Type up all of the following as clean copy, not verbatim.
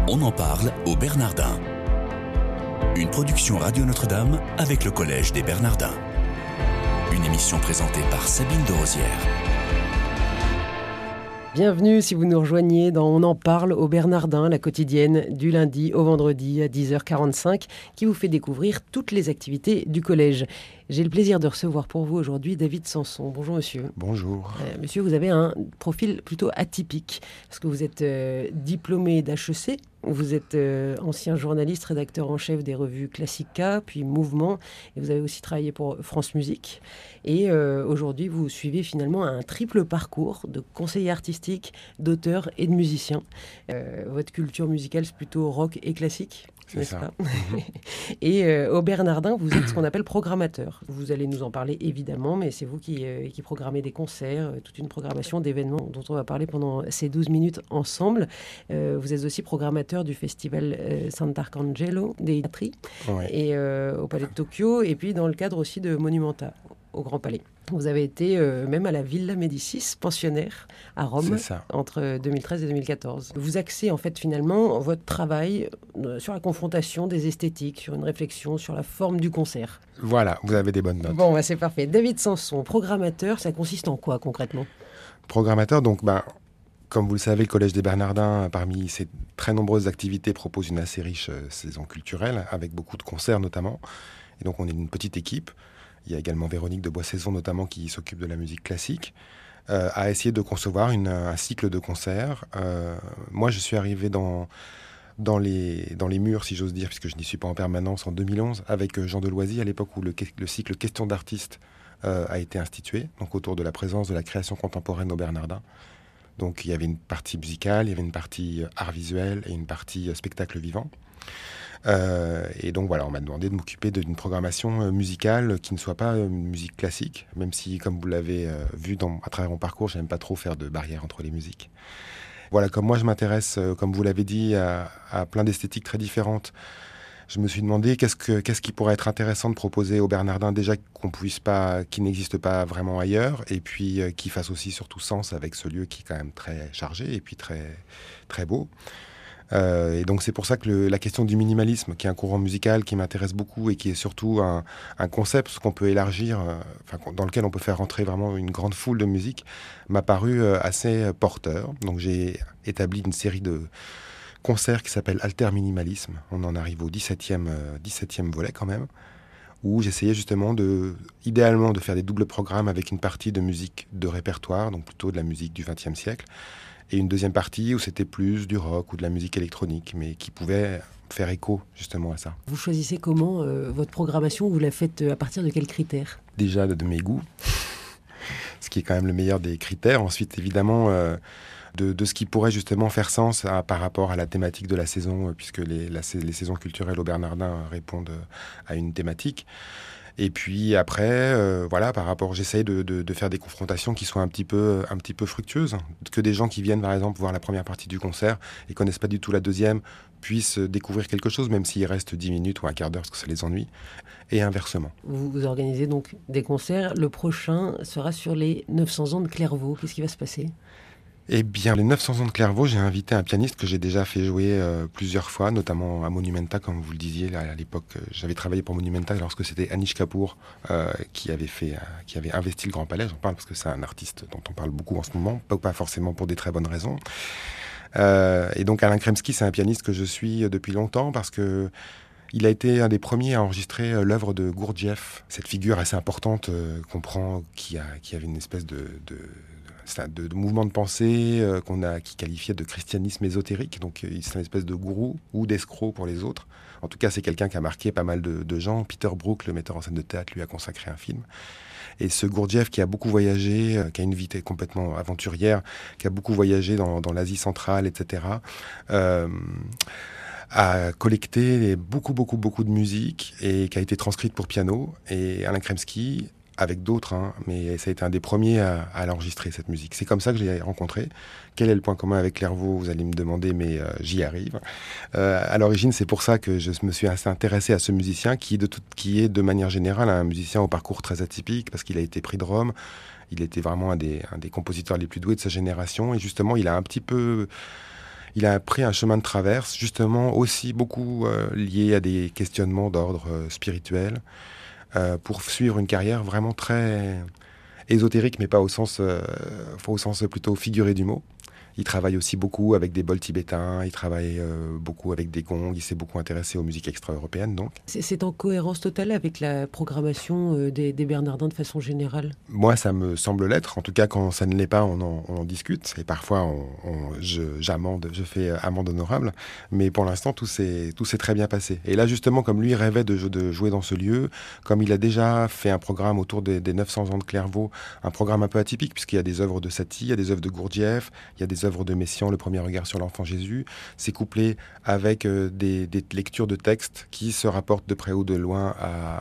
On en parle au Bernardin. Une production Radio Notre-Dame avec le Collège des Bernardins. Une émission présentée par Sabine de Rosière. Bienvenue si vous nous rejoignez dans On en parle au Bernardin, la quotidienne du lundi au vendredi à 10h45 qui vous fait découvrir toutes les activités du collège. J'ai le plaisir de recevoir pour vous aujourd'hui David Sanson. Bonjour monsieur. Bonjour. Monsieur, vous avez un profil plutôt atypique parce que vous êtes diplômé d'HEC. Vous êtes ancien journaliste, rédacteur en chef des revues Classica, puis Mouvement, et vous avez aussi travaillé pour France Musique. Et aujourd'hui, vous suivez finalement un triple parcours de conseiller artistique, d'auteur et de musicien. Votre culture musicale, c'est plutôt rock et classique, n'est-ce pas ? Et au Bernardin, vous êtes ce qu'on appelle programmateur. Vous allez nous en parler évidemment, mais c'est vous qui programmez des concerts, toute une programmation d'événements dont on va parler pendant ces 12 minutes ensemble. Vous êtes aussi programmateur du festival Sant'Arcangelo dei Teatri et au Palais de Tokyo, et puis dans le cadre aussi de Monumenta au Grand Palais. Vous avez été même à la Villa Médicis, pensionnaire à Rome, entre 2013 et 2014. Vous axez en fait finalement votre travail sur la confrontation des esthétiques, sur une réflexion sur la forme du concert. Voilà, vous avez des bonnes notes. Bon, c'est parfait. David Sanson, programmateur, ça consiste en quoi concrètement ? Programmateur, donc comme vous le savez, le Collège des Bernardins, parmi ses très nombreuses activités, propose une assez riche saison culturelle, avec beaucoup de concerts notamment. Et donc on est une petite équipe. Il y a également Véronique de Boissaison notamment qui s'occupe de la musique classique, à essayer de concevoir un cycle de concerts. Moi, je suis arrivé dans les murs, si j'ose dire, puisque je n'y suis pas en permanence, en 2011, avec Jean Deloisy, à l'époque où le cycle Questions d'artistes a été institué, donc autour de la présence de la création contemporaine au Bernardin. Donc il y avait une partie musicale, il y avait une partie art visuel et une partie spectacle vivant. Et donc voilà, on m'a demandé de m'occuper d'une programmation musicale qui ne soit pas une musique classique, même si, comme vous l'avez vu à travers mon parcours, je n'aime pas trop faire de barrière entre les musiques. Voilà, comme moi je m'intéresse, comme vous l'avez dit, à plein d'esthétiques très différentes, je me suis demandé qu'est-ce qui pourrait être intéressant de proposer au Bernardin, déjà qui n'existe pas vraiment ailleurs, et puis qui fasse aussi surtout sens avec ce lieu qui est quand même très chargé et puis très, très beau. Et donc c'est pour ça que la question du minimalisme, qui est un courant musical qui m'intéresse beaucoup et qui est surtout un concept qu'on peut élargir, dans lequel on peut faire rentrer vraiment une grande foule de musique, m'a paru assez porteur. Donc j'ai établi une série de concerts qui s'appelle Alter Minimalisme. On en arrive au 17e volet quand même, où j'essayais justement idéalement de faire des doubles programmes avec une partie de musique de répertoire, donc plutôt de la musique du XXe siècle, et une deuxième partie où c'était plus du rock ou de la musique électronique, mais qui pouvait faire écho justement à ça. Vous choisissez comment votre programmation ? Vous la faites à partir de quels critères ? Déjà de mes goûts, ce qui est quand même le meilleur des critères. Ensuite, évidemment, de ce qui pourrait justement faire sens par rapport à la thématique de la saison, puisque les saisons culturelles au Bernardin répondent à une thématique. Et puis après, par rapport, j'essaye de faire des confrontations qui soient un petit peu fructueuses, que des gens qui viennent par exemple voir la première partie du concert et connaissent pas du tout la deuxième puissent découvrir quelque chose, même s'il reste 10 minutes ou un quart d'heure parce que ça les ennuie, et inversement. Vous organisez donc des concerts. Le prochain sera sur les 900 ans de Clairvaux. Qu'est-ce qui va se passer ? Eh bien, les 900 ans de Clairvaux, j'ai invité un pianiste que j'ai déjà fait jouer plusieurs fois, notamment à Monumenta, comme vous le disiez. Là, à l'époque, j'avais travaillé pour Monumenta lorsque c'était Anish Kapoor qui avait investi le Grand Palais. J'en parle parce que c'est un artiste dont on parle beaucoup en ce moment, pas forcément pour des très bonnes raisons. Et donc Alain Kremski, c'est un pianiste que je suis depuis longtemps parce que il a été un des premiers à enregistrer l'œuvre de Gurdjieff, cette figure assez importante qu'on prend, qui avait une espèce de mouvement de pensée qui qualifiait de christianisme ésotérique. Donc c'est une espèce de gourou ou d'escroc pour les autres. En tout cas, c'est quelqu'un qui a marqué pas mal de gens. Peter Brook, le metteur en scène de théâtre, lui a consacré un film. Et ce Gurdjieff qui a beaucoup voyagé, qui a une vie complètement aventurière, qui a beaucoup voyagé dans l'Asie centrale, etc., a collecté beaucoup de musique et qui a été transcrite pour piano. Et Alain Kremski, avec d'autres, mais ça a été un des premiers à l'enregistrer, cette musique. C'est comme ça que je l'ai rencontré. Quel est le point commun avec Clairvaux ? Vous allez me demander, mais j'y arrive. À l'origine, c'est pour ça que je me suis assez intéressé à ce musicien, qui est de manière générale un musicien au parcours très atypique, parce qu'il a été prix de Rome. Il était vraiment un des compositeurs les plus doués de sa génération. Et justement, il a un petit peu il a pris un chemin de traverse, justement aussi beaucoup lié à des questionnements d'ordre spirituel, pour suivre une carrière vraiment très ésotérique, mais pas au sens plutôt figuré du mot. Il travaille aussi beaucoup avec des bols tibétains, il travaille beaucoup avec des gongs, il s'est beaucoup intéressé aux musiques extra-européennes donc. C'est en cohérence totale avec la programmation des Bernardins de façon générale? Moi, ça me semble l'être. En tout cas, quand ça ne l'est pas, on en discute. Et parfois, je fais amende honorable. Mais pour l'instant, tout s'est très bien passé. Et là, justement, comme lui rêvait de jouer dans ce lieu, comme il a déjà fait un programme autour des 900 ans de Clairvaux, un programme un peu atypique, puisqu'il y a des œuvres de Satie, il y a des œuvres de Gurdjieff, il y a des œuvres de Messiaen, Le premier regard sur l'enfant Jésus. C'est couplé avec des lectures de textes qui se rapportent de près ou de loin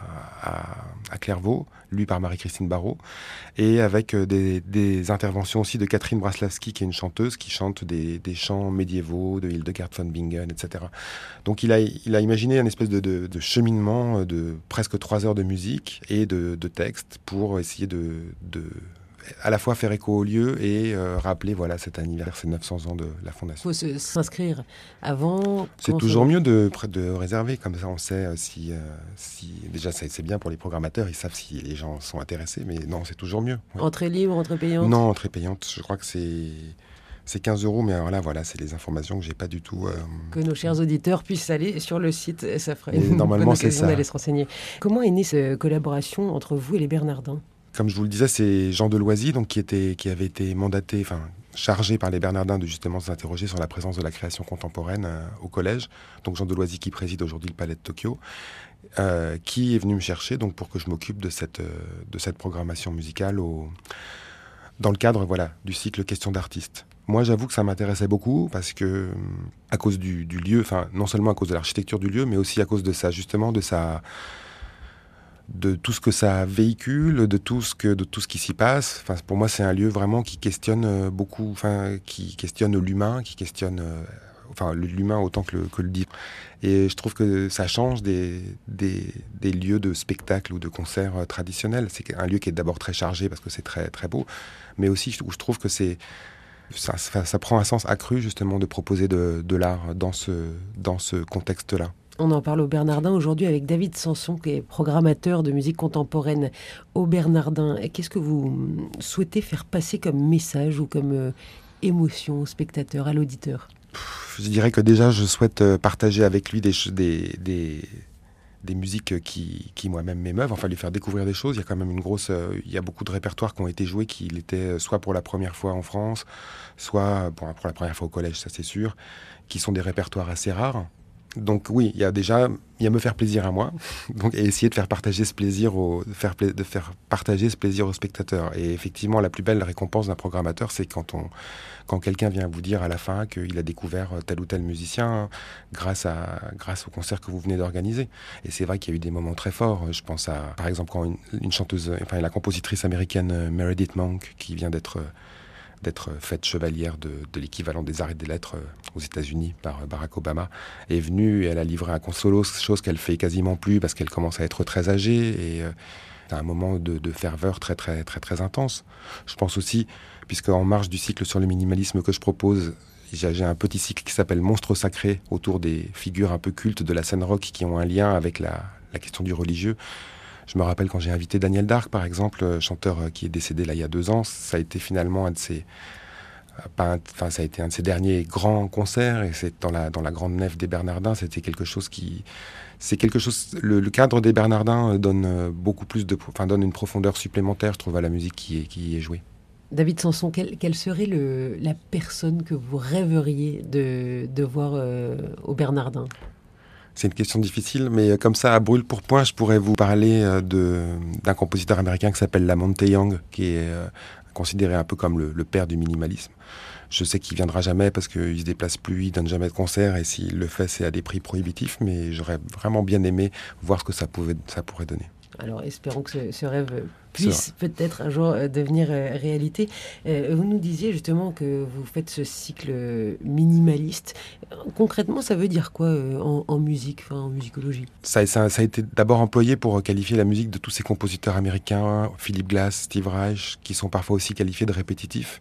à Clairvaux, lu par Marie-Christine Barrault, et avec des interventions aussi de Catherine Braslavski, qui est une chanteuse qui chante des chants médiévaux de Hildegard von Bingen, etc. Donc il a imaginé un espèce de cheminement de presque 3 heures de musique et de textes pour essayer de à la fois faire écho au lieu et rappeler cet anniversaire, ces 900 ans de la Fondation. Il faut s'inscrire avant. C'est toujours mieux de réserver, comme ça on sait si déjà c'est bien pour les programmateurs, ils savent si les gens sont intéressés, mais non, c'est toujours mieux. Ouais. Entrée libre, entrée payante? Non, entrée payante, je crois que c'est 15 €, mais alors là, c'est les informations que j'ai pas du tout. Que nos chers auditeurs puissent aller sur le site, ça ferait normalement, bonne c'est occasion ça. d'aller se renseigner. Comment est née cette collaboration entre vous et les Bernardins? Comme je vous le disais, c'est Jean Deloisy, donc qui avait été mandaté, chargé par les Bernardins de justement s'interroger sur la présence de la création contemporaine au collège. Donc Jean Deloisy qui préside aujourd'hui le Palais de Tokyo, qui est venu me chercher donc pour que je m'occupe de cette programmation musicale dans le cadre du cycle Questions d'artistes. Moi, j'avoue que ça m'intéressait beaucoup parce que, à cause du lieu, non seulement à cause de l'architecture du lieu, mais aussi à cause de tout ce que ça véhicule, de tout ce qui s'y passe. Pour moi, c'est un lieu vraiment qui questionne beaucoup, qui questionne l'humain, qui questionne l'humain autant que le dit. Et je trouve que ça change des lieux de spectacle ou de concert traditionnels. C'est un lieu qui est d'abord très chargé parce que c'est très, très beau, mais aussi où je trouve que ça prend un sens accru justement de proposer de l'art dans ce contexte-là. On en parle au Bernardin aujourd'hui avec David Sanson, qui est programmateur de musique contemporaine au Bernardin. Qu'est-ce que vous souhaitez faire passer comme message ou comme émotion au spectateur, à l'auditeur? Je dirais que déjà, je souhaite partager avec lui des musiques qui moi-même m'émeuvent, lui faire découvrir des choses. Il y a quand même il y a beaucoup de répertoires qui ont été joués, qui étaient soit pour la première fois en France, soit pour la première fois au collège, ça c'est sûr, qui sont des répertoires assez rares. Donc oui, il y a me faire plaisir à moi, et essayer de faire partager ce plaisir de faire partager ce plaisir aux spectateurs. Et effectivement, la plus belle récompense d'un programmateur, c'est quand quelqu'un vient vous dire à la fin qu'il a découvert tel ou tel musicien grâce au concert que vous venez d'organiser. Et c'est vrai qu'il y a eu des moments très forts. Je pense à, par exemple, quand une chanteuse, la compositrice américaine Meredith Monk, qui vient d'être faite chevalière de l'équivalent des arts et des lettres aux États-Unis par Barack Obama, est venue et elle a livré un solo, chose qu'elle fait quasiment plus parce qu'elle commence à être très âgée, et c'est un moment de ferveur très, très, très, très intense. Je pense aussi, puisque en marge du cycle sur le minimalisme que je propose, j'ai un petit cycle qui s'appelle Monstres sacrés, autour des figures un peu cultes de la scène rock qui ont un lien avec la question du religieux. Je me rappelle quand j'ai invité Daniel Darc, par exemple, chanteur qui est décédé là il y a 2 ans, ça a été finalement ça a été un de ses derniers grands concerts, et c'est dans la grande nef des Bernardins. C'était le cadre des Bernardins donne beaucoup plus donne une profondeur supplémentaire, je trouve, à la musique qui y est jouée. David Sanson, quelle serait la personne que vous rêveriez de voir au Bernardin? C'est une question difficile, mais comme ça, à brûle pour point, je pourrais vous parler d'un compositeur américain qui s'appelle Lamonte Young, qui est considéré un peu comme le père du minimalisme. Je sais qu'il viendra jamais parce qu'il se déplace plus, il donne jamais de concert, et s'il le fait, c'est à des prix prohibitifs, mais j'aurais vraiment bien aimé voir ce que ça pourrait donner. Alors, espérons que ce rêve puisse peut-être un jour devenir réalité. Vous nous disiez justement que vous faites ce cycle minimaliste. Concrètement, ça veut dire quoi en musique, en musicologie? Ça a été d'abord employé pour qualifier la musique de tous ces compositeurs américains, Philip Glass, Steve Reich, qui sont parfois aussi qualifiés de répétitifs.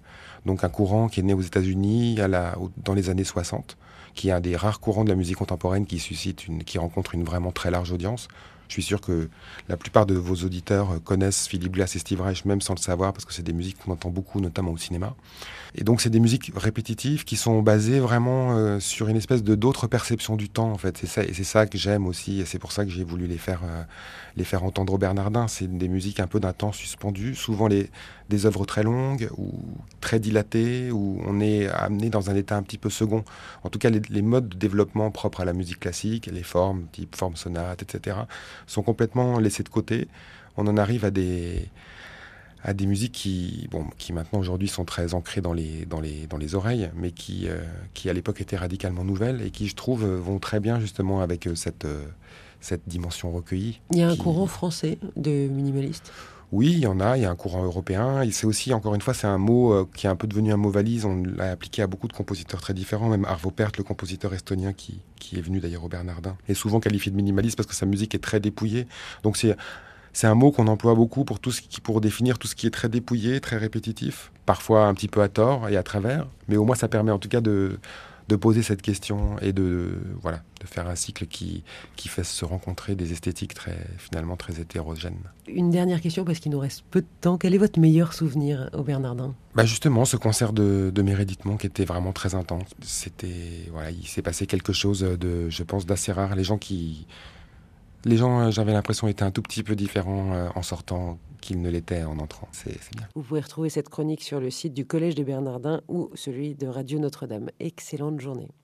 donc un courant qui est né aux États-Unis dans les années 60, qui est un des rares courants de la musique contemporaine qui rencontre une vraiment très large audience. Je suis sûr que la plupart de vos auditeurs connaissent Philip Glass et Steve Reich, même sans le savoir, parce que c'est des musiques qu'on entend beaucoup, notamment au cinéma. Et donc, c'est des musiques répétitives qui sont basées vraiment sur une espèce d'autre perception du temps, en fait. C'est ça que j'aime aussi, et c'est pour ça que j'ai voulu les faire entendre au Bernardin. C'est des musiques un peu d'un temps suspendu, souvent des œuvres très longues ou très dilatées, où on est amené dans un état un petit peu second. En tout cas, les modes de développement propres à la musique classique, les formes, type forme sonate, etc., sont complètement laissés de côté. On en arrive à des musiques qui maintenant aujourd'hui sont très ancrées dans les oreilles, mais qui à l'époque étaient radicalement nouvelles et qui, je trouve, vont très bien justement avec cette dimension recueillie. Il y a un courant français de minimaliste? Oui, il y a un courant européen. Et c'est aussi, encore une fois, c'est un mot qui est un peu devenu un mot valise. On l'a appliqué à beaucoup de compositeurs très différents. Même Arvo Pärt, le compositeur estonien qui est venu d'ailleurs au Bernardin, est souvent qualifié de minimaliste parce que sa musique est très dépouillée. Donc c'est un mot qu'on emploie beaucoup pour définir tout ce qui est très dépouillé, très répétitif, parfois un petit peu à tort et à travers. Mais au moins, ça permet en tout cas de poser cette question et de faire un cycle qui fait se rencontrer des esthétiques finalement très hétérogènes. Une dernière question, parce qu'il nous reste peu de temps. Quel est votre meilleur souvenir au Bernardin? Justement, ce concert de Meredith Monk était vraiment très intense. Il s'est passé quelque chose je pense, d'assez rare. Les gens, j'avais l'impression, étaient un tout petit peu différents en sortant qu'ils ne l'étaient en entrant. C'est bien. Vous pouvez retrouver cette chronique sur le site du Collège des Bernardins ou celui de Radio Notre-Dame. Excellente journée.